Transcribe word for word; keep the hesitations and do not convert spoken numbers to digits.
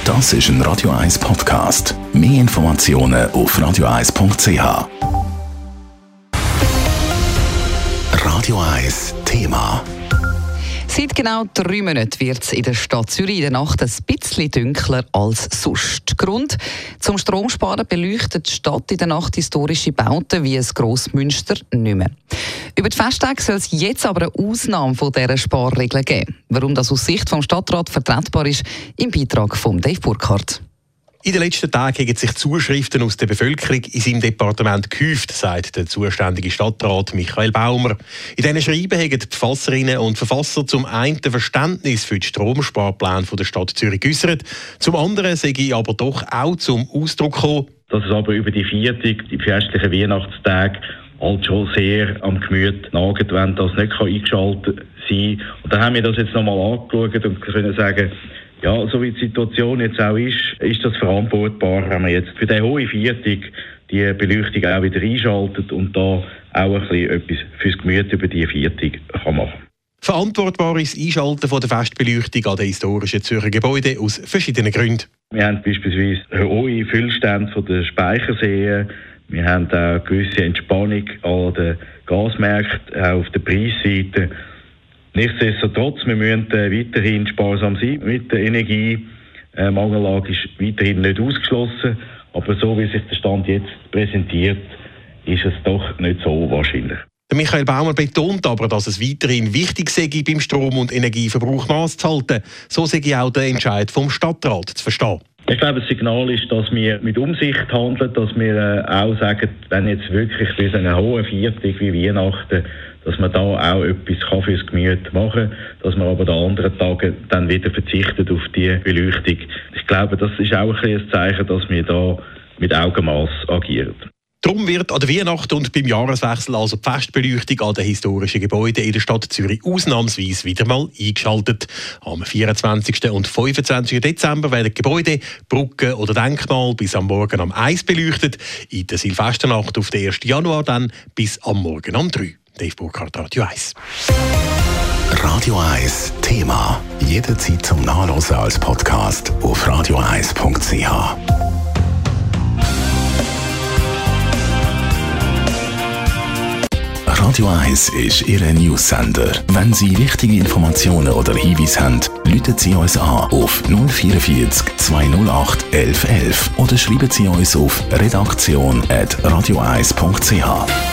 Das ist ein Radio eins Podcast. Mehr Informationen auf radio eins punkt c h. Radio eins Thema. Seit genau drei Monaten wird es in der Stadt Zürich in der Nacht ein bisschen dunkler als sonst. Grund: zum Stromsparen beleuchtet die Stadt in der Nacht historische Bauten wie ein Grossmünster nicht mehr. Über die Festtage soll es jetzt aber eine Ausnahme von dieser Sparregel geben. Warum das aus Sicht vom Stadtrat vertretbar ist, im Beitrag von Dave Burkhardt. In den letzten Tagen haben sich Zuschriften aus der Bevölkerung in seinem Departement gehäuft, sagt der zuständige Stadtrat Michael Baumer. In diesen Schreiben haben die Verfasserinnen und Verfasser zum einen Verständnis für die Stromsparpläne der Stadt Zürich geäussert, zum anderen sei aber doch auch zum Ausdruck gekommen, dass es aber über die Viertig, die festlichen Weihnachtstage, halt schon sehr am Gemüt nagt, wenn das nicht eingeschaltet sein kann. Und dann haben wir das jetzt nochmal angeschaut und können sagen, ja, so wie die Situation jetzt auch ist, ist das verantwortbar, wenn man jetzt für den hohen Viertig die Beleuchtung auch wieder einschaltet und da auch ein bisschen etwas fürs Gemüt über die Viertig kann machen. Verantwortbar ist das Einschalten von der Festbeleuchtung an den historischen Zürcher Gebäuden aus verschiedenen Gründen. Wir haben beispielsweise hohe Füllstände von den Speicherseen. Wir haben auch eine gewisse Entspannung an den Gasmärkten, auch auf der Preisseite. Nichtsdestotrotz, wir müssen weiterhin sparsam sein mit der Energie. Die Mangellage ist weiterhin nicht ausgeschlossen. Aber so wie sich der Stand jetzt präsentiert, ist es doch nicht so wahrscheinlich. Michael Baumer betont aber, dass es weiterhin wichtig sei, beim Strom- und Energieverbrauch Maß zu halten. So sei auch der Entscheid vom Stadtrat zu verstehen. Ich glaube, das Signal ist, dass wir mit Umsicht handeln, dass wir äh, auch sagen, wenn jetzt wirklich bis einen hohen Viertig wie Weihnachten, dass man da auch etwas kann fürs Gemüt machen kann, dass man aber an anderen Tagen dann wieder verzichtet auf die Beleuchtung. Ich glaube, das ist auch ein, ein Zeichen, dass wir da mit Augenmaß agieren. Darum wird an der Weihnacht und beim Jahreswechsel also die Festbeleuchtung an den historischen Gebäuden in der Stadt Zürich ausnahmsweise wieder mal eingeschaltet. Am vierundzwanzigsten und fünfundzwanzigsten Dezember werden Gebäude, Brücken oder Denkmale bis am Morgen um eins beleuchtet. In der Silvesternacht auf den ersten Januar dann bis am Morgen um drei. Dave Burkhardt, Radio eins. Radio eins Thema. Jederzeit zum Nachlesen als Podcast auf radio eins punkt c h. Radio eins ist Ihr News-Sender. Wenn Sie wichtige Informationen oder Hinweise haben, rufen Sie uns an auf null vierundvierzig zweihundertacht elf elf oder schreiben Sie uns auf redaktion at radio eins punkt c h.